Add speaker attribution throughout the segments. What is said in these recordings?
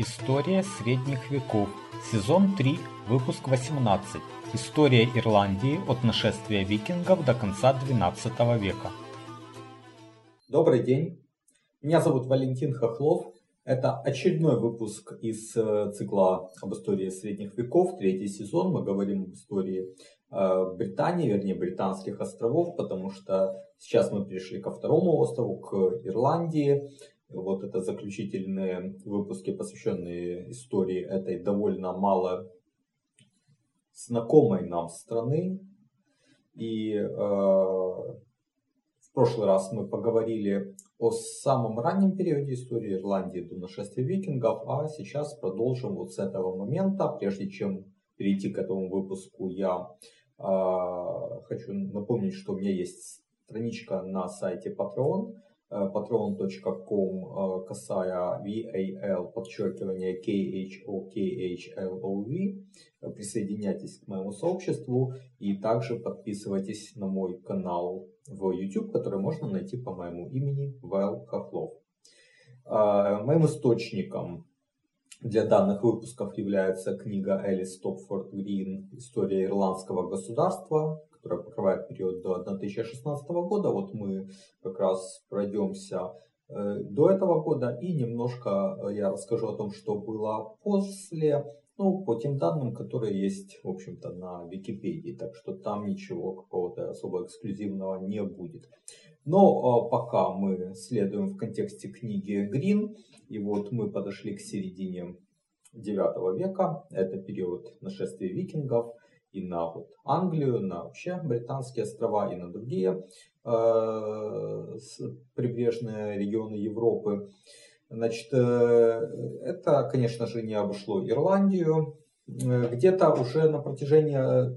Speaker 1: История средних веков. Сезон 3, выпуск 18. История Ирландии от нашествия викингов до конца XII века.
Speaker 2: Добрый день, меня зовут Валентин Хохлов. Это очередной выпуск из цикла об истории средних веков, третий сезон. Мы говорим об истории Британии, вернее британских островов, потому что сейчас мы перешли ко второму острову, к Ирландии. Вот это заключительные выпуски, посвященные истории этой довольно мало знакомой нам страны. И в прошлый раз мы поговорили о самом раннем периоде истории Ирландии до нашествия викингов, а сейчас продолжим вот с этого момента. Прежде чем перейти к этому выпуску, я хочу напомнить, что у меня есть страничка на сайте Patreon, patreon.com, касая VAL, подчеркивание KHOKHLOV. Присоединяйтесь к моему сообществу и также подписывайтесь на мой канал в YouTube, который можно найти по моему имени Вал Хохлов. Моим источником для данных выпусков является книга Элис Стопфорд Грин «История ирландского государства», которая покрывает период до 2016 года. Вот мы как раз пройдемся до этого года и немножко я расскажу о том, что было после, по тем данным, которые есть, в общем-то, на Википедии. Так что там ничего какого-то особо эксклюзивного не будет. Но пока мы следуем в контексте книги Грин, и вот мы подошли к середине 9 века, это период нашествия викингов и на вот Англию, на вообще британские острова и на другие прибрежные регионы Европы. Значит, это, конечно же, не обошло Ирландию. Где-то уже на протяжении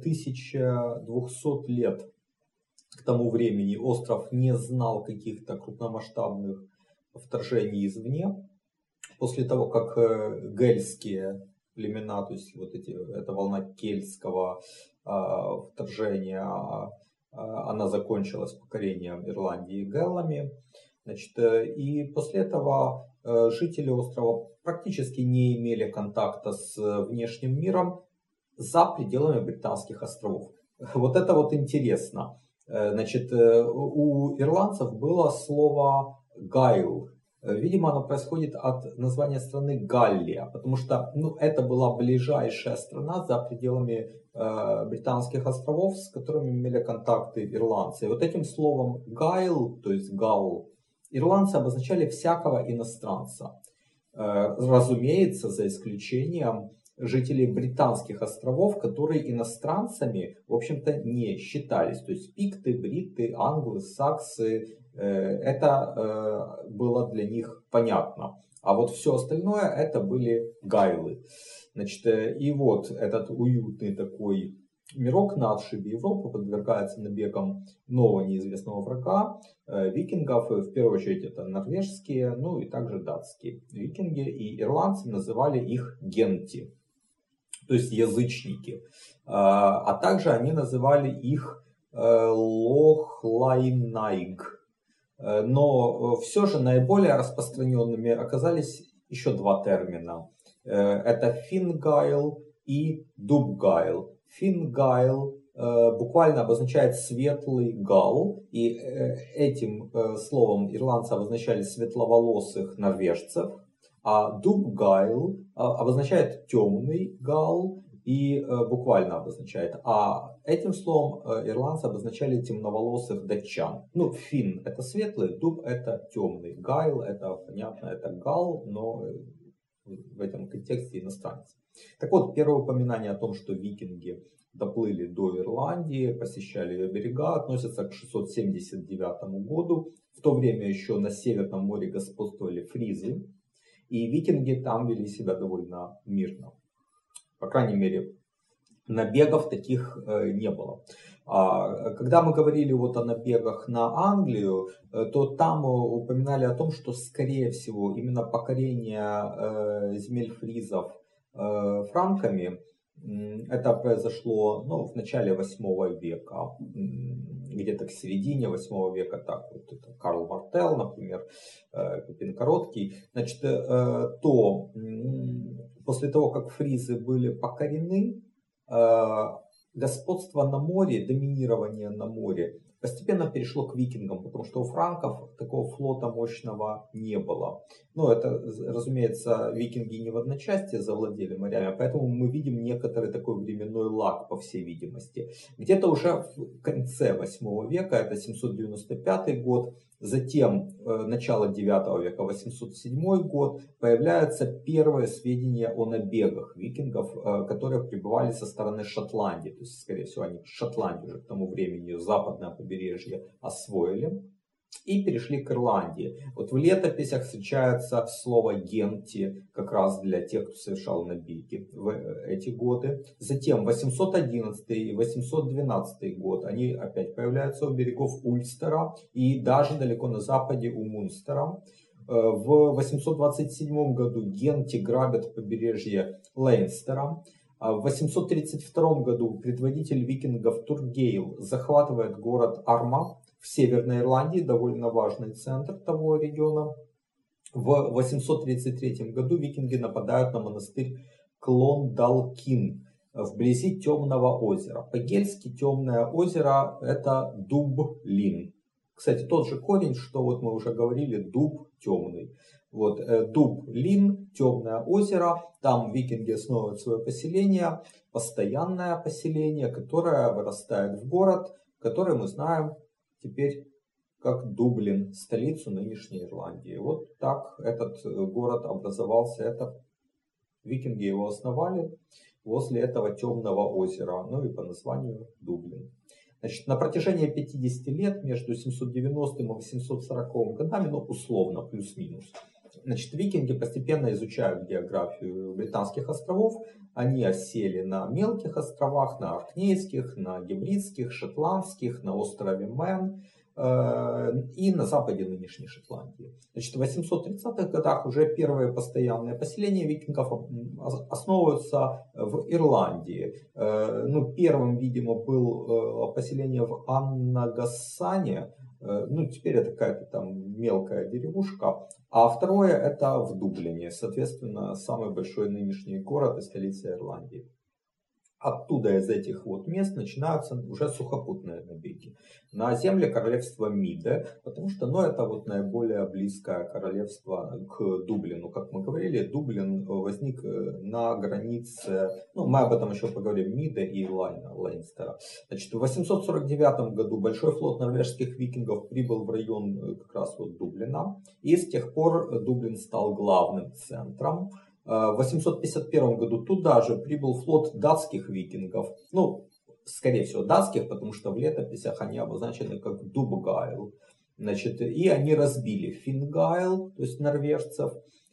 Speaker 2: 1200 лет к тому времени остров не знал каких-то крупномасштабных вторжений извне. После того, как гельские племена, то есть вот эта волна кельтского вторжения, она закончилась покорением Ирландии гэллами. Значит, и после этого жители острова практически не имели контакта с внешним миром за пределами британских островов. Вот это вот интересно. Значит, у ирландцев было слово «гайл». Видимо, оно происходит от названия страны Галлия, потому что это была ближайшая страна за пределами британских островов, с которыми имели контакты ирландцы. И вот этим словом «гайл», то есть «гал», ирландцы обозначали всякого иностранца. Разумеется, за исключением жителей британских островов, которые иностранцами, в общем-то, не считались. То есть пикты, бриты, англы, саксы, это было для них понятно. А вот все остальное это были гайлы. Значит, и вот этот уютный такой мирок на отшибе Европы подвергается набегам нового неизвестного врага, викингов. В первую очередь это норвежские, и также датские викинги. И ирландцы называли их генти, то есть язычники. А также они называли их лохлайнайг. Но все же наиболее распространенными оказались еще два термина. Это фингайл и дубгайл. Фингайл буквально обозначает светлый гал, и этим словом ирландцы обозначали светловолосых норвежцев, а дубгайл обозначает темный гал и буквально обозначает. А этим словом ирландцы обозначали темноволосых датчан. Фин это светлый, дуб это темный, гайл это понятно, это гал, но в этом контексте иностранец. Так вот, первое упоминание о том, что викинги доплыли до Ирландии, посещали ее берега, относится к 679 году. В то время еще на Северном море господствовали фризы, и викинги там вели себя довольно мирно. По крайней мере, набегов таких не было. Когда мы говорили вот о набегах на Англию, то там упоминали о том, что, скорее всего, именно покорение земель фризов франками Это произошло, ну, в начале 8 века, где-то к середине 8 века, так вот это Карл Мартелл, например, Пипин Короткий. Значит, после того, как фризы были покорены, господство на море, доминирование на море постепенно перешло к викингам, потому что у франков такого флота мощного не было. Но это, разумеется, викинги не в одночасье завладели морями, поэтому мы видим некоторый такой временной лаг, по всей видимости. Где-то уже в конце 8 века, это 795 год, затем начало 9 века, 807 год, появляются первые сведения о набегах викингов, которые прибывали со стороны Шотландии. То есть, скорее всего, они Шотландию уже к тому времени, западное побережье, освоили и перешли к Ирландии. Вот в летописях встречается слово «генти» как раз для тех, кто совершал набеги в эти годы. Затем 811 и 812 год, они опять появляются у берегов Ульстера и даже далеко на западе у Мунстера. В 827 году генти грабят побережье Лейнстера. В 832 году предводитель викингов Тургейл захватывает город Арма в Северной Ирландии, довольно важный центр того региона. В 833 году викинги нападают на монастырь Клондалкин вблизи Темного озера. По-гельски Темное озеро — это Дублин. Кстати, тот же корень, что вот мы уже говорили, дуб темный. Вот Дублин, Темное озеро, там викинги основывают свое поселение, постоянное поселение, которое вырастает в город, который мы знаем теперь как Дублин, столицу нынешней Ирландии. Вот так этот город образовался. Это викинги его основали возле этого Темного озера, ну и по названию Дублин. Значит, на протяжении 50 лет, между 790 и 840 годами, ну условно, плюс-минус, значит, викинги постепенно изучают географию британских островов. Они осели на мелких островах, на Оркнейских, на Гебридских, Шотландских, на острове Мэн и на западе нынешней Шотландии. Значит, в 830-х годах уже первые постоянные поселения викингов основываются в Ирландии. Ну, первым, видимо, было поселение в Аннагассане. Ну, теперь это какая-то там мелкая деревушка. А второе — это в Дублине, соответственно, самый большой нынешний город и столица Ирландии. Оттуда, из этих вот мест, начинаются уже сухопутные набеги на земли королевства Миде, потому что, ну, это вот наиболее близкое королевство к Дублину. Как мы говорили, Дублин возник на границе, ну, мы об этом еще поговорим, Миде и Лейнстера. Значит, в 849 году большой флот норвежских викингов прибыл в район как раз вот Дублина, и с тех пор Дублин стал главным центром. В 851 году туда же прибыл флот датских викингов. Ну, скорее всего, датских, потому что в летописях они обозначены как Дубгайл. Значит, и они разбили Фингайл, то есть норвежцев.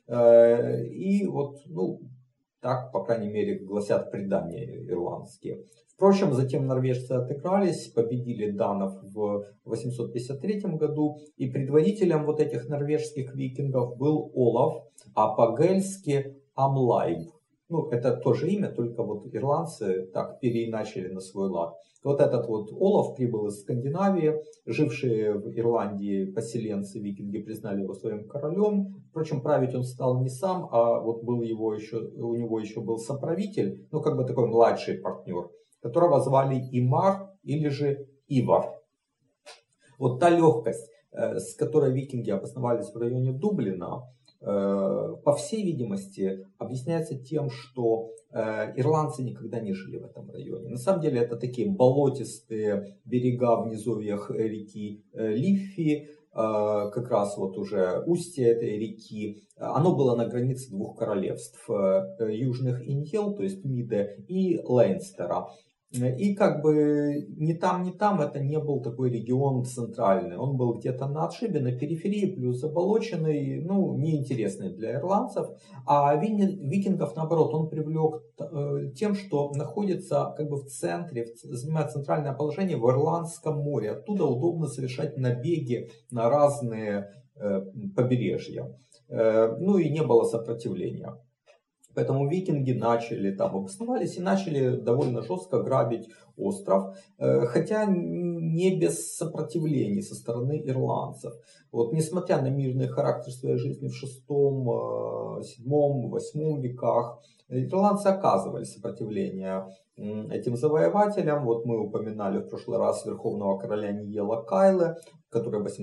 Speaker 2: И вот, ну, так, по крайней мере, гласят предания ирландские. Впрочем, затем норвежцы отыгрались, победили данов в 853 году, и предводителем вот этих норвежских викингов был Олаф, а по-гельски Амлайб. Ну, это тоже имя, только вот ирландцы так переиначили на свой лад. Вот этот вот Олаф прибыл из Скандинавии, жившие в Ирландии поселенцы викинги признали его своим королем. Впрочем, править он стал не сам, а вот был у него еще был соправитель, ну как бы такой младший партнер, которого звали Имар или же Ивар. Вот та легкость, с которой викинги обосновались в районе Дублина, по всей видимости, объясняется тем, что ирландцы никогда не жили в этом районе. На самом деле это такие болотистые берега в низовьях реки Лиффи, как раз вот уже устье этой реки. Оно было на границе двух королевств, южных Иньел, то есть Миде, и Лейнстера. И как бы ни там, это не был такой регион центральный. Он был где-то на отшибе, на периферии, плюс заболоченный, ну, неинтересный для ирландцев. А викингов, наоборот, он привлек тем, что находится как бы в центре, занимает центральное положение в Ирландском море. Оттуда удобно совершать набеги на разные побережья. Ну и не было сопротивления. Поэтому викинги начали там обосновались и начали довольно жестко грабить остров, хотя не без сопротивления со стороны ирландцев. Вот, несмотря на мирный характер своей жизни в VI, VII, VIII веках, ирландцы оказывали сопротивление этим завоевателям. Вот мы упоминали в прошлый раз верховного короля Ниела Кайле, который в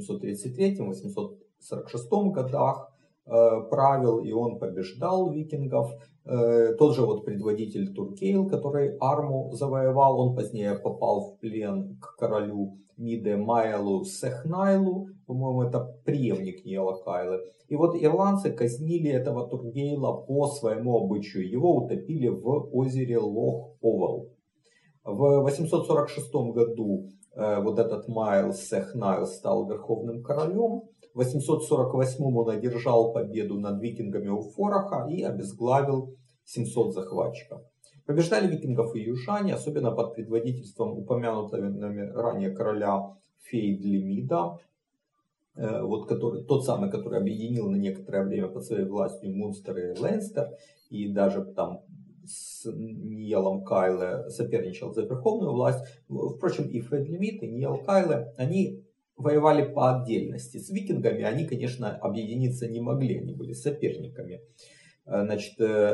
Speaker 2: 833-846 годах правил, и он побеждал викингов. Тот же вот предводитель Туркейл, который Арму завоевал, он позднее попал в плен к королю Миде Майлу Сехнайлу, по-моему, это преемник Ниела Кайлы. И вот ирландцы казнили этого Туркейла по своему обычаю. Его утопили в озере Лох-Овал. В 846 году вот этот Майл Сехнайл стал верховным королем. В 848 он одержал победу над викингами у Фораха и обезглавил 700 захватчиков. Побеждали викингов и южане, особенно под предводительством упомянутого ранее короля Фейдлимида, вот тот самый, который объединил на некоторое время под своей властью Мунстер и Лейнстер, и даже там с Ниелом Кайле соперничал за верховную власть. Впрочем, и Фейдлимид, и Ниел Кайле, они воевали по отдельности. С викингами они, конечно, объединиться не могли, они были соперниками. Значит,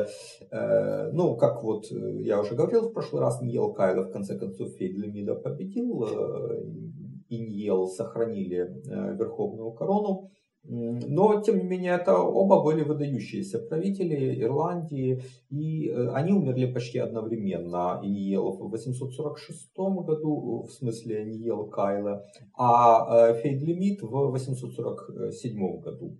Speaker 2: ну, как вот я уже говорил в прошлый раз, Ниел Кайле в конце концов Фейдлимида победил, и Ниел сохранили верховную корону. Но, тем не менее, это оба были выдающиеся правители Ирландии, и они умерли почти одновременно. И Ниел в 846 году, в смысле Ниел Кайле, а Фейдлимид в 847 году.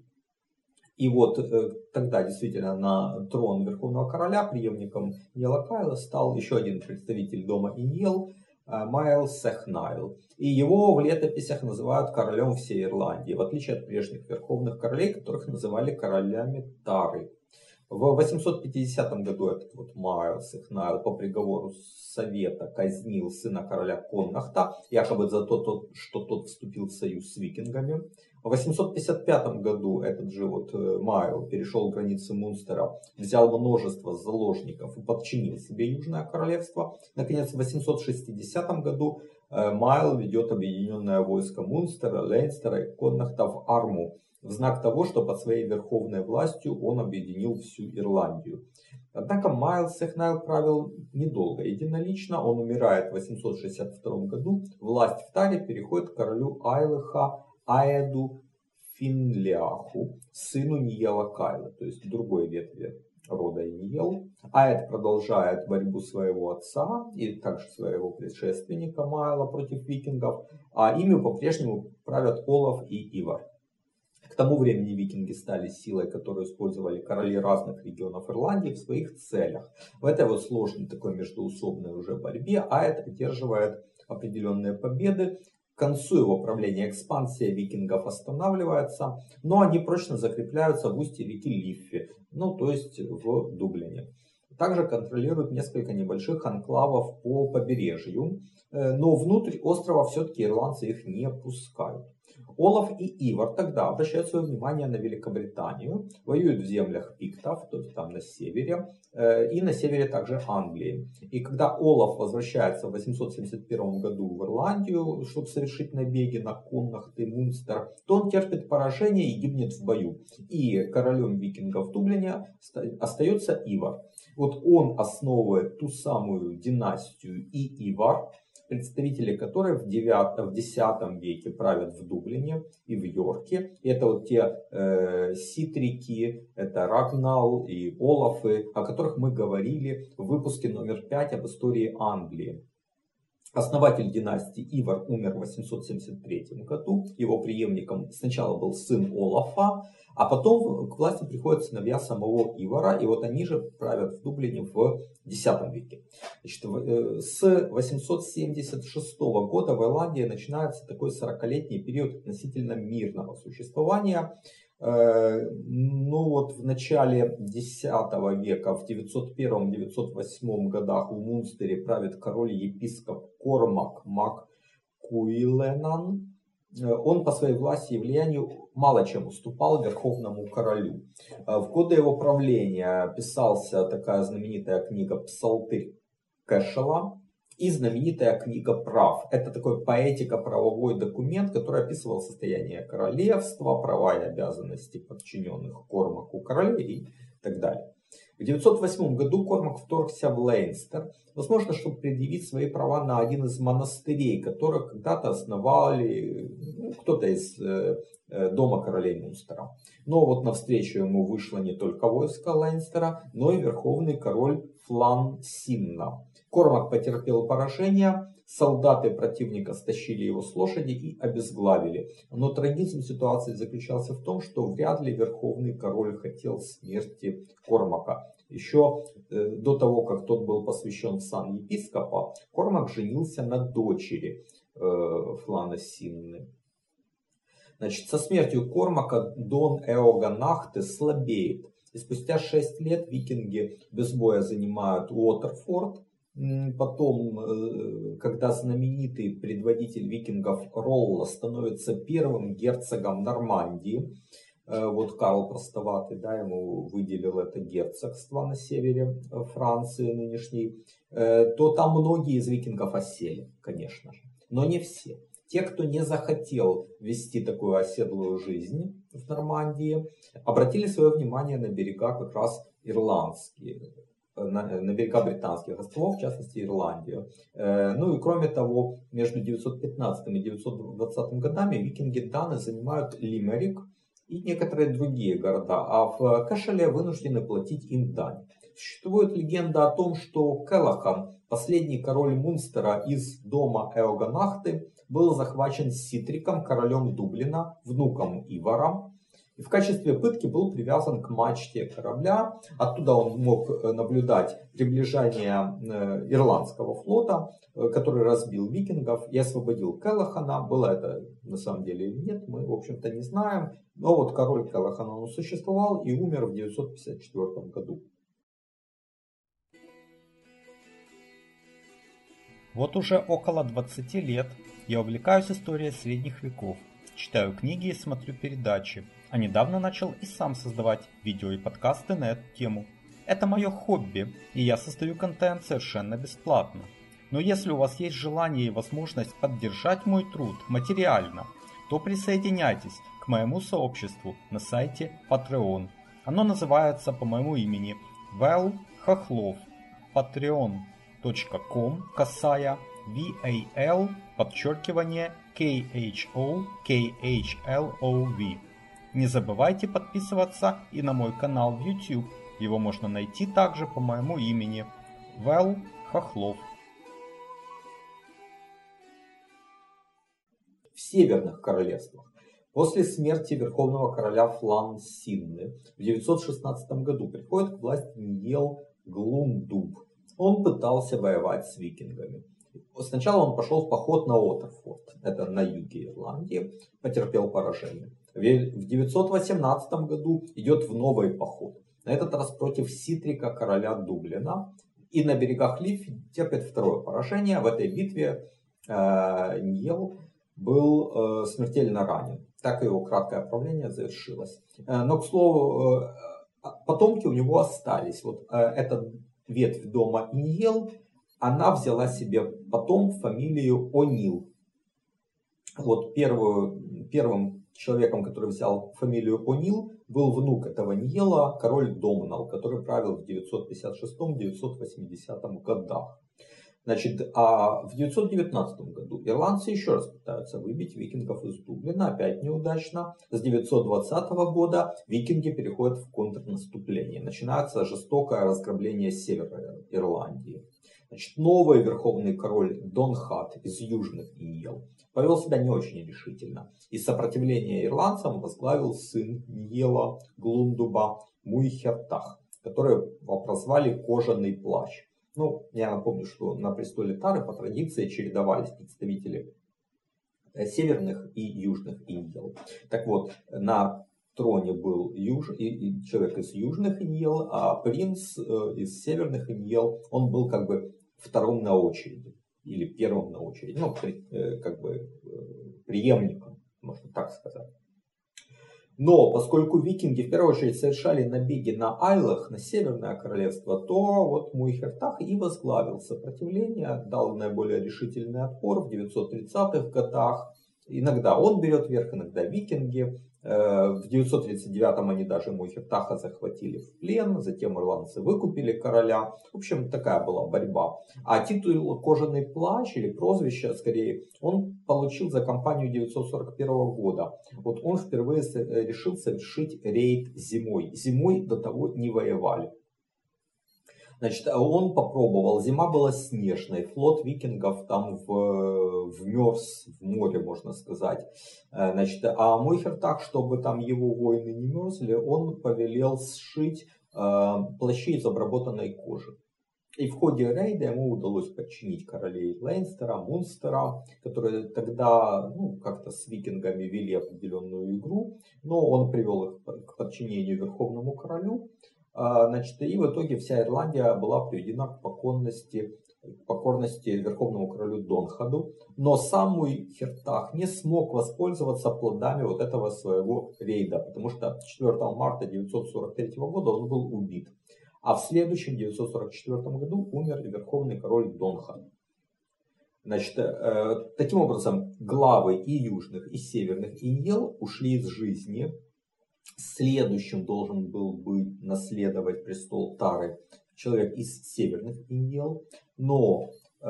Speaker 2: И вот тогда действительно на трон Верховного Короля преемником Ниела Кайла стал еще один представитель дома Иньел, Майл Сехнайл. И его в летописях называют королем всей Ирландии, в отличие от прежних верховных королей, которых называли королями Тары. В 850 году этот вот Майл Сехнайл по приговору совета казнил сына короля Коннахта, якобы за то, что тот вступил в союз с викингами. В 855 году этот же вот Майл перешел границы Мунстера, взял множество заложников и подчинил себе Южное Королевство. Наконец, в 860 году Майл ведет объединенное войско Мунстера, Лейнстера и Коннахта в Арму, в знак того, что под своей верховной властью он объединил всю Ирландию. Однако Майл Сехнайл правил недолго. Единолично он умирает в 862 году. Власть в Таре переходит к королю Айлыха Аэду Финляху, сыну Ниела Кайла, то есть другой ветви рода Ниел. Аэд продолжает борьбу своего отца и также своего предшественника Майла против викингов, а ими по-прежнему правят Олаф и Ивар. К тому времени викинги стали силой, которую использовали короли разных регионов Ирландии в своих целях. В этой вот сложной такой междоусобной уже борьбе Аэд одерживает определенные победы. К концу его правления экспансия викингов останавливается, но они прочно закрепляются в устье реки Лиффи, ну то есть в Дублине. Также контролируют несколько небольших анклавов по побережью, но внутрь острова все-таки ирландцы их не пускают. Олаф и Ивар тогда обращают свое внимание на Великобританию, воюют в землях пиктов, то есть там на севере, и на севере также Англии. И когда Олаф возвращается в 871 году в Ирландию, чтобы совершить набеги на Коннахт и Мунстер, то он терпит поражение и гибнет в бою. И королем викингов в Дублине остается Ивар. Вот он основывает ту самую династию Ивар, представители которой в X веке правят в Дублине и в Йорке. И это вот те Ситрики, это Рагнал и Олафы, о которых мы говорили в выпуске номер 5 об истории Англии. Основатель династии Ивар умер в 873 году. Его преемником сначала был сын Олафа, а потом к власти приходят сыновья самого Ивара. И вот они же правят в Дублине в X веке. Значит, с 876 года в Ирландии начинается такой 40-летний период относительно мирного существования. Ну вот в начале X века, в 901-908 годах в Мунстере правит король-епископ Кормак Мак Куиленан. он по своей власти и влиянию мало чем уступал верховному королю. В годы его правления писался такая знаменитая книга «Псалтырь Кэшела» и знаменитая книга «Прав». Это такой поэтико-правовой документ, который описывал состояние королевства, права и обязанности подчиненных Кормаку короля и так далее. В 908 году Кормак вторгся в Лейнстер, возможно, чтобы предъявить свои права на один из монастырей, которые когда-то основали кто-то из дома королей Мунстера. Но вот навстречу ему вышло не только войско Лейнстера, но и верховный король Флан Синна. Кормак потерпел поражение, солдаты противника стащили его с лошади и обезглавили. Но трагизм ситуации заключался в том, что вряд ли верховный король хотел смерти Кормака. Еще до того, как тот был посвящен в сан епископа, Кормак женился на дочери Флана Синны. Значит, со смертью Кормака Дон Эоганахты слабеет. И спустя 6 лет викинги без боя занимают Уотерфорд. Потом, когда знаменитый предводитель викингов Ролла становится первым герцогом Нормандии, вот Карл Простоватый, да, ему выделил это герцогство на севере Франции нынешней, то там многие из викингов осели, конечно же, но не все. Те, кто не захотел вести такую оседлую жизнь в Нормандии, обратили свое внимание на берега как раз ирландские, на берега британских островов, в частности Ирландию. Ну и кроме того, между 915 и 920 годами викинги-даны занимают Лимерик и некоторые другие города, а в Кэшеле вынуждены платить им дань. Существует легенда о том, что Келахан, последний король Мунстера из дома Эоганахты, был захвачен Ситриком, королем Дублина, внуком Ивара. И в качестве пытки был привязан к мачте корабля. Оттуда он мог наблюдать приближение ирландского флота, который разбил викингов и освободил Келахана. Было это на самом деле или нет, мы в общем-то не знаем. Но вот король Келахан, он существовал и умер в 954 году.
Speaker 1: Вот уже около 20 лет я увлекаюсь историей средних веков, читаю книги и смотрю передачи, а недавно начал и сам создавать видео и подкасты на эту тему. Это мое хобби, и я создаю контент совершенно бесплатно. Но если у вас есть желание и возможность поддержать мой труд материально, то присоединяйтесь к моему сообществу на сайте Patreon. Оно называется по моему имени Вэл Хохлов. patreon.com касая VAL KHOKHLOV. Не забывайте подписываться и на мой канал в YouTube. Его можно найти также по моему имени Вэл Хохлов.
Speaker 2: В северных королевствах. После смерти верховного короля Флан Синны в 916 году приходит к власти Ньел Глундуб. Он пытался воевать с викингами. Сначала он пошел в поход на Уотерфорд, это на юге Ирландии, потерпел поражение. В 918 году идет в новый поход, на этот раз против Ситрика, короля Дублина, и на берегах Лифи терпит второе поражение. В этой битве Ньел был смертельно ранен. Так его краткое правление завершилось. Но, к слову, потомки у него остались. Вот эта ветвь дома Ньел, она взяла себе потом фамилию О'Нил. Вот первым человеком, который взял фамилию О'Нил, был внук этого Ньела, король Домнал, который правил в 956-980 годах. Значит, а в 919 году ирландцы еще раз пытаются выбить викингов из Дублина, опять неудачно. С 920 года викинги переходят в контрнаступление. Начинается жестокое разграбление севера Ирландии. Значит, новый верховный король Донхат из южных Ньел повел себя не очень решительно. И сопротивление ирландцам возглавил сын Ньела Глундуба Муйхертах, который прозвали Кожаный плащ. Ну, я напомню, что на престоле Тары по традиции чередовались представители северных и южных Ньел. Так вот, на троне был человек из южных Ньел, а принц из северных Ньел, он был как бы вторым на очереди. Или первым на очереди, ну, как бы преемником можно так сказать. Но поскольку викинги в первую очередь совершали набеги на Айлах, на Северное Королевство, то вот Муирхертах и возглавил сопротивление, дал наиболее решительный отпор в 930-х годах. Иногда он берет верх, иногда викинги. В 939-м они даже Муирхертаха захватили в плен, затем ирландцы выкупили короля. В общем, такая была борьба. А титул «Кожаный плащ» или прозвище, скорее, он получил за кампанию 941 года. Вот он впервые решил совершить рейд зимой. Зимой до того не воевали. Значит, он попробовал, зима была снежной, флот викингов там вмерз в море, можно сказать. Значит, а Муирхертах, чтобы там его воины не мерзли, он повелел сшить плащи из обработанной кожи. И в ходе рейда ему удалось подчинить королей Лейнстера, Мунстера, которые тогда как-то с викингами вели определенную игру, но он привел их к подчинению верховному королю. Значит, и в итоге вся Ирландия была приведена к покорности верховному королю Донхаду. Но сам Муирхертах не смог воспользоваться плодами вот этого своего рейда, потому что 4 марта 943 года он был убит. А в следующем, 944 году, умер и верховный король Донхад. Значит, таким образом, главы и южных, и северных иньел ушли из жизни. Следующим должен был бы наследовать престол Тары человек из северных иньел. Но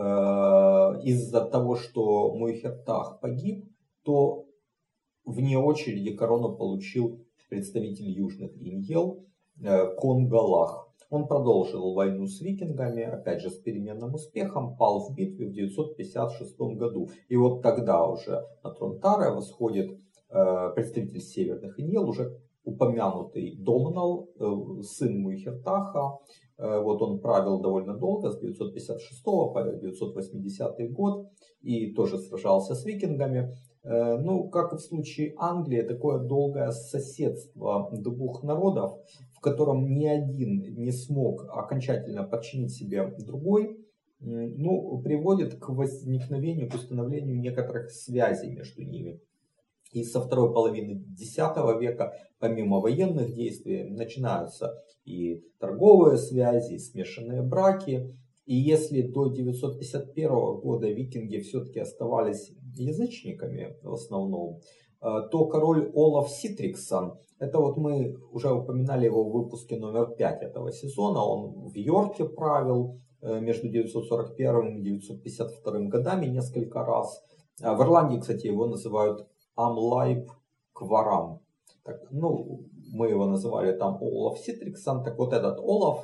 Speaker 2: из-за того, что Муирхертах погиб, то вне очереди корону получил представитель южных иньел Конгалах. Он продолжил войну с викингами, опять же с переменным успехом, пал в битве в 956 году. И вот тогда уже на трон Тары восходит представитель северных иньел, уже упомянутый Домнал, сын Муирхертаха. Вот он правил довольно долго, с 956 по 980 год, и тоже сражался с викингами. Ну, как и в случае Англии, такое долгое соседство двух народов, в котором ни один не смог окончательно подчинить себе другой, приводит к возникновению, к установлению некоторых связей между ними. И со второй половины X века, помимо военных действий, начинаются и торговые связи, и смешанные браки. И если до 951 года викинги все-таки оставались язычниками в основном, то король Олаф Ситриксон, это вот мы уже упоминали его в выпуске номер 5 этого сезона, он в Йорке правил между 941 и 952 годами несколько раз. В Ирландии, кстати, его называют Амлайб Кварам. Так, мы его называли там Олаф Ситриксон. Так вот этот Олаф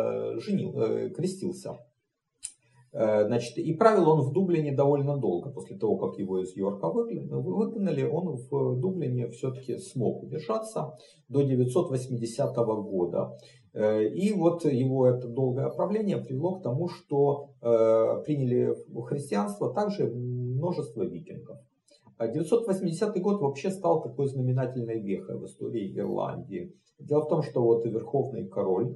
Speaker 2: крестился. Значит, и правил он в Дублине довольно долго. После того, как его из Йорка выгнали, он в Дублине все-таки смог удержаться до 980 года. И вот его это долгое правление привело к тому, что приняли христианство также множество викингов. 980 год вообще стал такой знаменательной вехой в истории Ирландии. Дело в том, что вот верховный король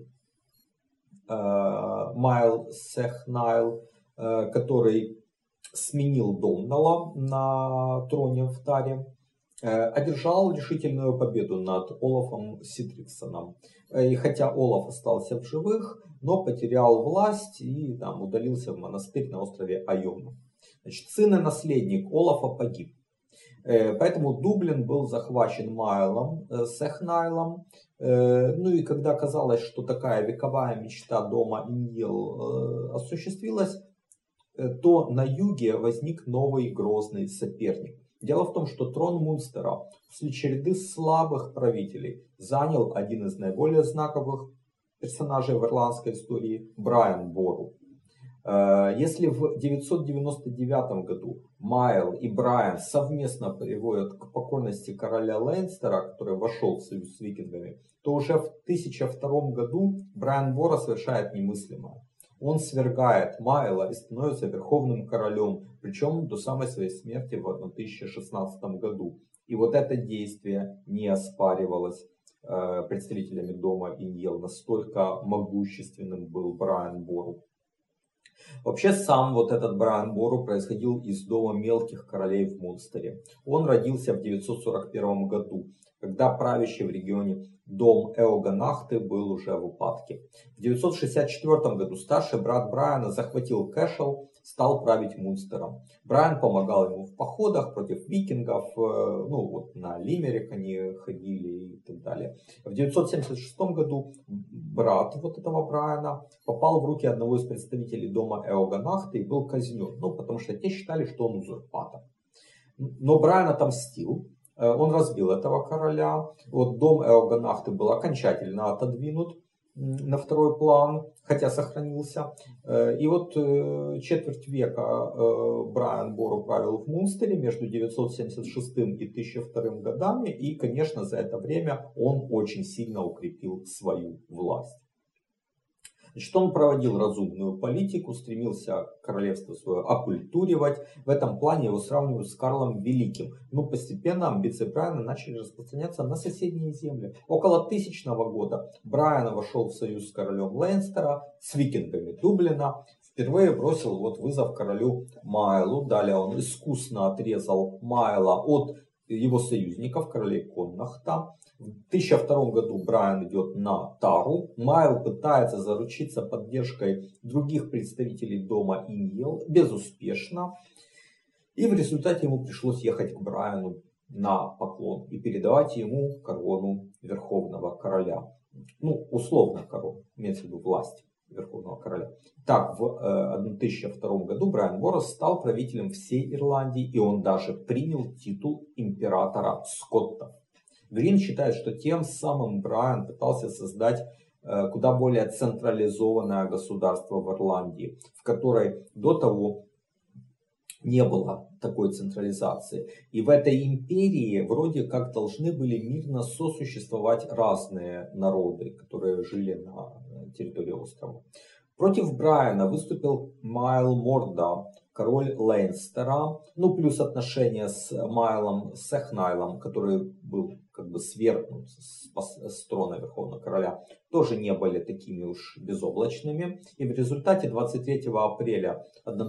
Speaker 2: Майл Сехнайл, который сменил Домнала на троне в Таре, одержал решительную победу над Олафом Ситриксоном. И хотя Олаф остался в живых, но потерял власть и там удалился в монастырь на острове Айон. Значит, сын и наследник Олафа погиб. Поэтому Дублин был захвачен Майлом Сехнайлом. Ну и когда казалось, что такая вековая мечта дома иньел осуществилась, то на юге возник новый грозный соперник. Дело в том, что трон Мунстера после череды слабых правителей занял один из наиболее знаковых персонажей в ирландской истории Брайан Бору. Если в 999 году Майл и Брайан совместно приводят к покорности короля Лейнстера, который вошел в союз с викингами, то уже в 1002 году Брайан Бора совершает немыслимое. Он свергает Майла и становится верховным королем, причем до самой своей смерти в 1016 году. И вот это действие не оспаривалось представителями дома иньел, настолько могущественным был Брайан Бор. Вообще сам вот этот Брайан Бору происходил из дома мелких королей в Мунстере. Он родился в 941 году, когда правящий в регионе дом Эоганахты был уже в упадке. В 964 году старший брат Брайана захватил Кэшел, стал править Мунстером. Брайан помогал ему в походах против викингов, ну вот на Лимерик они ходили и так далее. В 976 году брат вот этого Брайана попал в руки одного из представителей дома Эоганахты и был казнен, ну потому что те считали, что он узурпатор. Но Брайан отомстил. Он разбил этого короля. Вот дом Эоганахты был окончательно отодвинут на второй план, хотя сохранился. И вот четверть века Брайан Бору правил в Мунстере между 976 и 1002 годами. И, конечно, за это время он очень сильно укрепил свою власть. Значит, он проводил разумную политику, стремился королевство свое оккультуривать. В этом плане его сравнивают с Карлом Великим. Но постепенно амбиции Брайана начали распространяться на соседние земли. Около 1000 года Брайан вошел в союз с королем Лейнстера, с викингами Дублина. Впервые бросил вот вызов королю Майлу. Далее он искусно отрезал Майла от его союзников, королей Коннахта. В 1002 году Брайан идет на Тару. Майл пытается заручиться поддержкой других представителей дома Иньел. Безуспешно. И в результате ему пришлось ехать к Брайану на поклон и передавать ему корону Верховного Короля. Ну, условно корону, имеется в виду власть Верховного Короля. Так, в 1002 году Брайан Борос стал правителем всей Ирландии, и он даже принял титул императора Скоттов. Грин считает, что тем самым Брайан пытался создать куда более централизованное государство в Ирландии, в которой до того не было такой централизации. И в этой империи вроде как должны были мирно сосуществовать разные народы, которые жили на территории острова. Против Брайана выступил Майл Морда, король Лейнстера, ну плюс отношения с Майлом Сехнайлом, который был как бы свергнут с трона Верховного Короля, тоже не были такими уж безоблачными. И в результате 23 апреля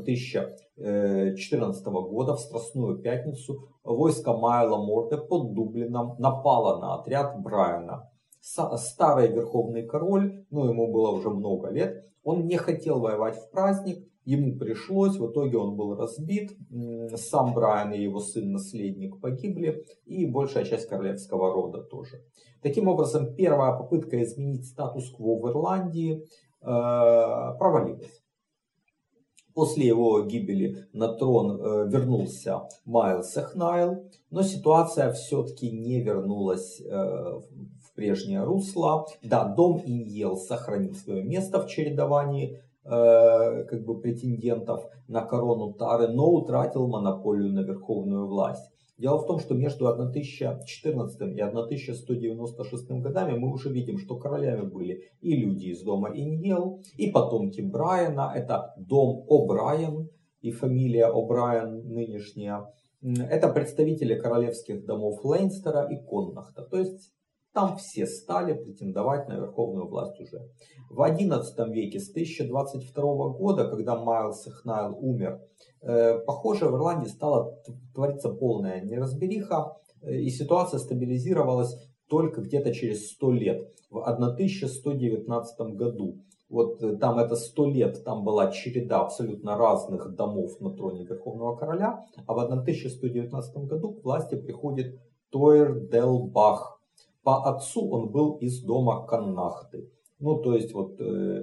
Speaker 2: 1014 года в Страстную пятницу войско Майла Морды под Дублином напало на отряд Брайана. Старый верховный король, ну ему было уже много лет, он не хотел воевать в праздник, ему пришлось, в итоге он был разбит, сам Брайан и его сын-наследник погибли, и большая часть королевского рода тоже. Таким образом, первая попытка изменить статус-кво в Ирландии провалилась. После его гибели на трон вернулся Майл Сехнайл, но ситуация все-таки не вернулась в прежнее русло. Да, дом Иньел сохранил свое место в чередовании как бы претендентов на корону Тары, но утратил монополию на верховную власть. Дело в том, что между 1014 и 1196 годами мы уже видим, что королями были и люди из дома Иньел, и потомки Брайана, это дом О'Брайен и фамилия О'Брайен нынешняя. Это представители королевских домов Лейнстера и Коннахта, то есть там все стали претендовать на верховную власть уже. В XI веке, с 1022 года, когда Майл Сехнайл умер, похоже, в Ирландии стала твориться полная неразбериха, и ситуация стабилизировалась только где-то через 100 лет, в 1119 году. Вот там это 100 лет, там была череда абсолютно разных домов на троне Верховного Короля, а в 1119 году к власти приходит Тойр Дел Бах. По отцу он был из дома Коннахты, ну то есть вот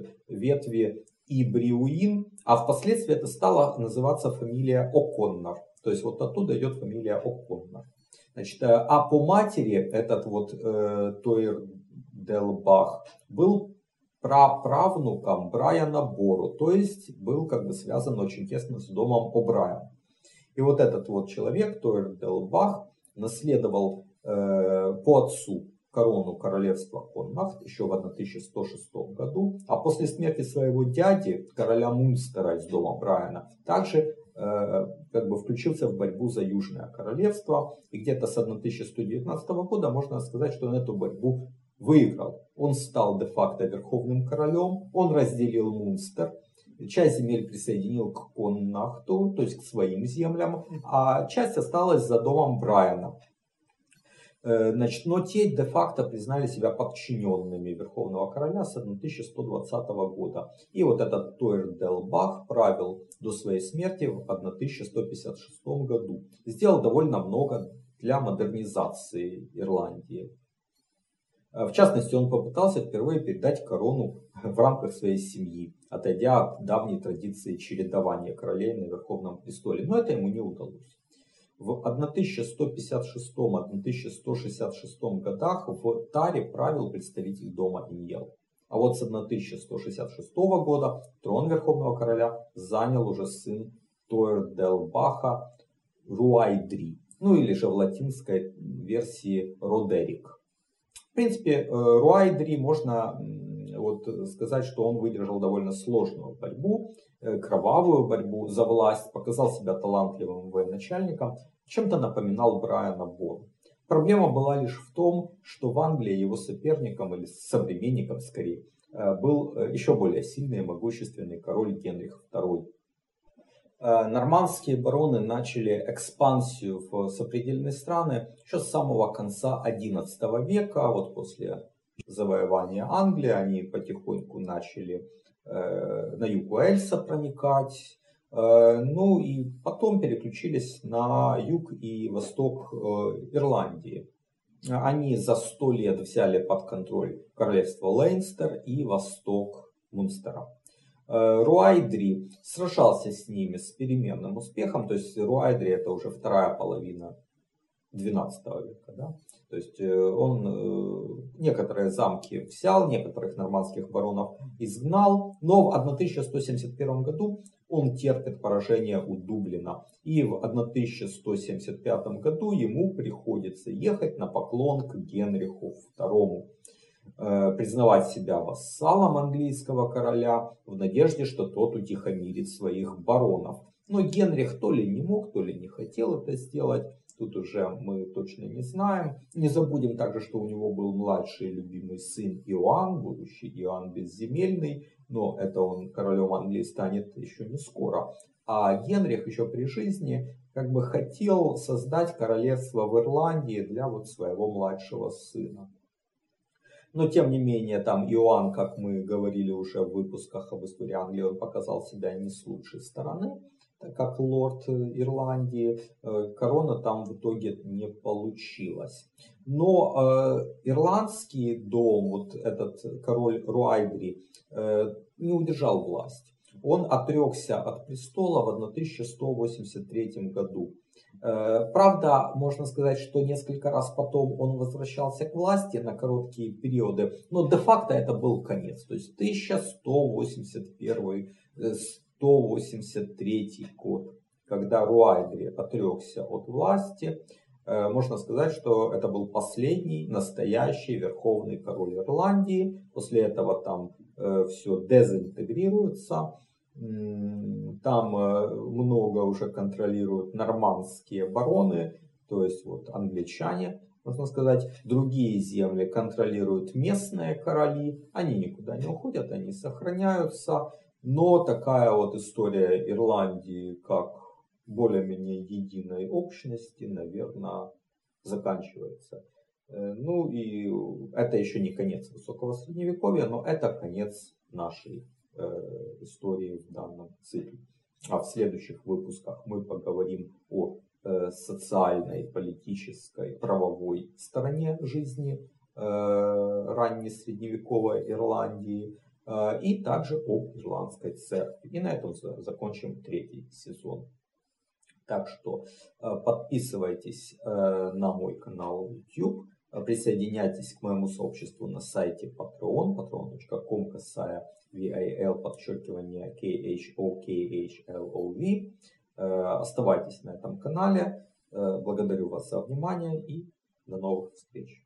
Speaker 2: ветви Ибриуин, а впоследствии это стала называться фамилия О'Коннор, то есть вот оттуда идет фамилия О'Коннор. Значит, а по матери этот вот Тойр Дел Бах был праправнуком Брайана Бору, то есть был как бы связан очень тесно с домом О'Брайен. И вот этот вот человек, Тойр Дел Бах, наследовал по отцу корону королевства Коннахт еще в 1106 году, а после смерти своего дяди, короля Мунстера из дома Брайана, также как бы включился в борьбу за Южное королевство, и где-то с 1119 года можно сказать, что он эту борьбу выиграл. Он стал де-факто верховным королем, он разделил Мунстер, Часть земель присоединил к Коннахту, то есть к своим землям, а часть осталась за домом Брайана. Значит, но те де-факто признали себя подчиненными Верховного Короля с 1120 года. И вот этот Тойр-дел-Бах правил до своей смерти в 1156 году. Сделал довольно много для модернизации Ирландии. В частности, он попытался впервые передать корону в рамках своей семьи, отойдя от давней традиции чередования королей на Верховном престоле. Но это ему не удалось. В 1150-1166 годах в Таре правил представитель дома Иньел. А вот с 1166 года трон Верховного Короля занял уже сын Тойр-дел-Баха Руайдри, ну или же в латинской версии Родерик. В принципе, Руайдри можно сказать, что он выдержал довольно сложную борьбу, кровавую борьбу за власть, показал себя талантливым военачальником, чем-то напоминал Брайана Борна. Проблема была лишь в том, что в Англии его соперником или современником скорее был еще более сильный и могущественный король Генрих II. Нормандские бароны начали экспансию в сопредельные страны еще с самого конца XI века. Вот после завоевания Англии они потихоньку начали на юг Уэльса проникать. Ну и потом переключились на юг и восток Ирландии. Они за 100 лет взяли под контроль королевство Лейнстер и восток Мунстера. Руайдри сражался с ними с переменным успехом, то есть Руайдри это уже вторая половина XII века. Да? То есть он некоторые замки взял, некоторых нормандских баронов изгнал, но в 1171 году он терпит поражение у Дублина. И в 1175 году ему приходится ехать на поклон к Генриху II. Признавать себя вассалом английского короля в надежде, что тот утихомирит своих баронов. Но Генрих то ли не мог, то ли не хотел это сделать. Тут уже мы точно не знаем. Не забудем также, что у него был младший любимый сын Иоанн, будущий Иоанн Безземельный. Но это он королем Англии станет еще не скоро. А Генрих еще при жизни хотел создать королевство в Ирландии для своего младшего сына. Но тем не менее, там Иоанн, как мы говорили уже в выпусках об истории Англии, он показал себя не с лучшей стороны, так как лорд Ирландии. Корона там в итоге не получилась. Но ирландский дом, вот этот король Руайдри, не удержал власть. Он отрекся от престола в 1183 году. Правда, можно сказать, что несколько раз потом он возвращался к власти на короткие периоды, но де-факто это был конец. То есть 1181-183 год, когда Руайдри отрекся от власти, можно сказать, что это был последний настоящий верховный король Ирландии. После этого там все дезинтегрируется. Там много уже контролируют нормандские бароны, то есть англичане, можно сказать. Другие земли контролируют местные короли. Они никуда не уходят, они сохраняются. Но такая история Ирландии, как более-менее единой общности, наверное, заканчивается. Ну и это еще не конец высокого средневековья, но это конец нашей истории в данном цикле. А в следующих выпусках мы поговорим о социальной, политической, правовой стороне жизни ранней средневековой Ирландии и также об ирландской церкви. И на этом закончим 3-й сезон. Так что подписывайтесь на мой канал YouTube. Присоединяйтесь к моему сообществу на сайте Patreon, patreon.com, касая VIL_KHOKHLOV. Оставайтесь на этом канале. Благодарю вас за внимание и до новых встреч.